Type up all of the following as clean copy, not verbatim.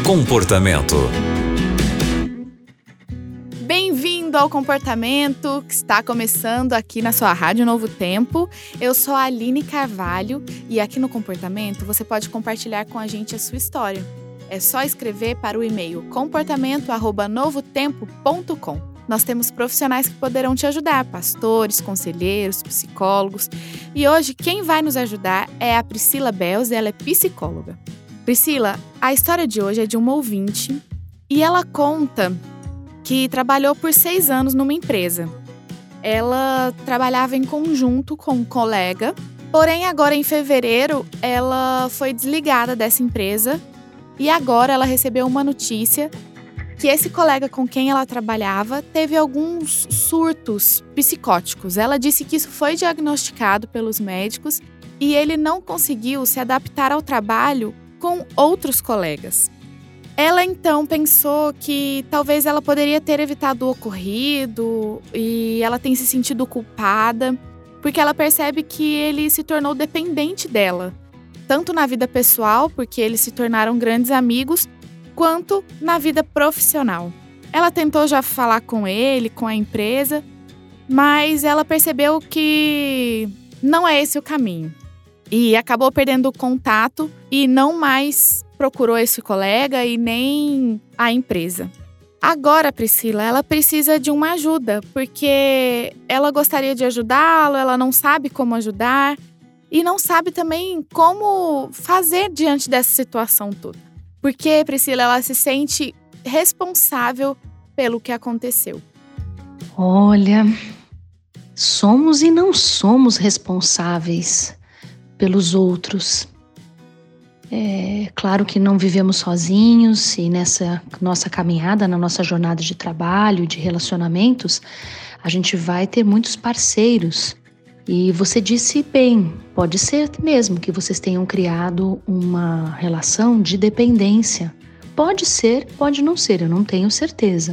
Comportamento. Bem-vindo ao Comportamento, que está começando aqui na sua Rádio Novo Tempo. Eu sou a Aline Carvalho e aqui no Comportamento você pode compartilhar com a gente a sua história. É só escrever para o e-mail comportamento@novotempo.com. Nós temos profissionais que poderão te ajudar, pastores, conselheiros, psicólogos. E hoje quem vai nos ajudar é a Priscila Belz, ela é psicóloga. Priscila, a história de hoje é de uma ouvinte e ela conta que trabalhou por 6 anos numa empresa. Ela trabalhava em conjunto com um colega, porém agora em fevereiro ela foi desligada dessa empresa e agora ela recebeu uma notícia que esse colega com quem ela trabalhava teve alguns surtos psicóticos. Ela disse que isso foi diagnosticado pelos médicos e ele não conseguiu se adaptar ao trabalho com outros colegas. Ela então pensou que talvez ela poderia ter evitado o ocorrido e ela tem se sentido culpada, porque ela percebe que ele se tornou dependente dela, tanto na vida pessoal, porque eles se tornaram grandes amigos, quanto na vida profissional. Ela tentou já falar com ele, com a empresa, mas ela percebeu que não é esse o caminho. E acabou perdendo o contato e não mais procurou esse colega e nem a empresa. Agora, Priscila, ela precisa de uma ajuda, porque ela gostaria de ajudá-lo, ela não sabe como ajudar e não sabe também como fazer diante dessa situação toda. Porque, Priscila, ela se sente responsável pelo que aconteceu. Olha, somos e não somos responsáveis pelos outros. É claro que não vivemos sozinhos e nessa nossa caminhada, na nossa jornada de trabalho, de relacionamentos, a gente vai ter muitos parceiros. E você disse bem, pode ser mesmo que vocês tenham criado uma relação de dependência. Pode ser, pode não ser, eu não tenho certeza.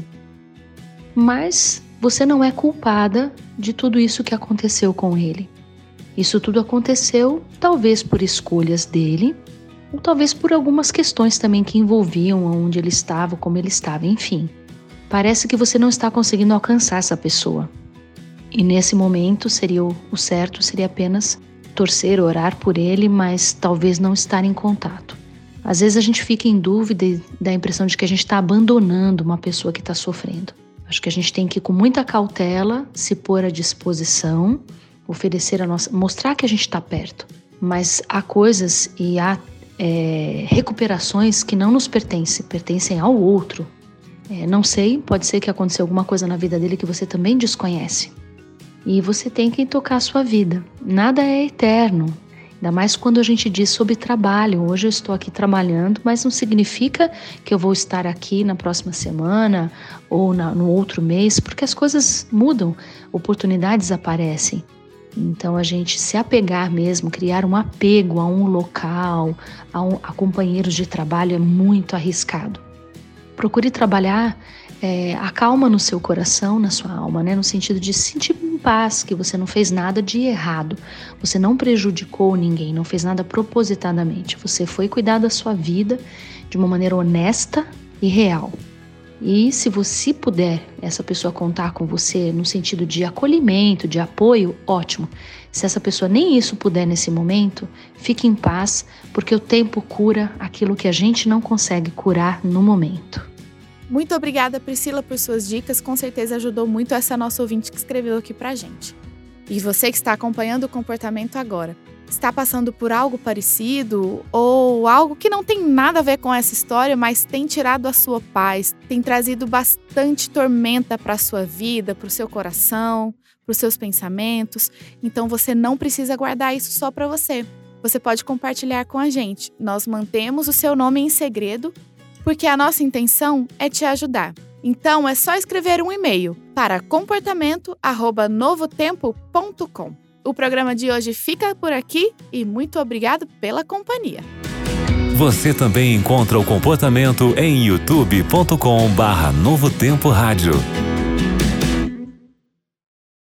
Mas você não é culpada de tudo isso que aconteceu com ele. Isso tudo aconteceu talvez por escolhas dele, ou talvez por algumas questões também que envolviam onde ele estava, como ele estava, enfim. Parece que você não está conseguindo alcançar essa pessoa. E nesse momento o certo seria apenas torcer, orar por ele, mas talvez não estar em contato. Às vezes a gente fica em dúvida e dá a impressão de que a gente está abandonando uma pessoa que está sofrendo. Acho que a gente tem que, com muita cautela, se pôr à disposição, oferecer mostrar que a gente está perto. Mas há coisas e há recuperações que não nos pertencem ao outro. Não sei, pode ser que aconteceu alguma coisa na vida dele que você também desconhece. E você tem que tocar a sua vida. Nada é eterno, ainda mais quando a gente diz sobre trabalho. Hoje eu estou aqui trabalhando, mas não significa que eu vou estar aqui na próxima semana ou no outro mês, porque as coisas mudam, oportunidades aparecem. Então a gente se apegar mesmo, criar um apego a um local, a companheiros de trabalho é muito arriscado. Procure trabalhar a calma no seu coração, na sua alma, né? No sentido de se sentir em paz, que você não fez nada de errado, você não prejudicou ninguém, não fez nada propositadamente, você foi cuidar da sua vida de uma maneira honesta e real. E se você puder, essa pessoa contar com você no sentido de acolhimento, de apoio, ótimo. Se essa pessoa nem isso puder nesse momento, fique em paz, porque o tempo cura aquilo que a gente não consegue curar no momento. Muito obrigada, Priscila, por suas dicas. Com certeza ajudou muito essa nossa ouvinte que escreveu aqui pra gente. E você que está acompanhando o Comportamento agora, está passando por algo parecido ou algo que não tem nada a ver com essa história, mas tem tirado a sua paz, tem trazido bastante tormenta para a sua vida, para o seu coração, para os seus pensamentos. Então você não precisa guardar isso só para você. Você pode compartilhar com a gente. Nós mantemos o seu nome em segredo, porque a nossa intenção é te ajudar. Então, é só escrever um e-mail para comportamento@novotempo.com. O programa de hoje fica por aqui e muito obrigado pela companhia. Você também encontra o Comportamento em youtube.com/Novo Tempo Rádio.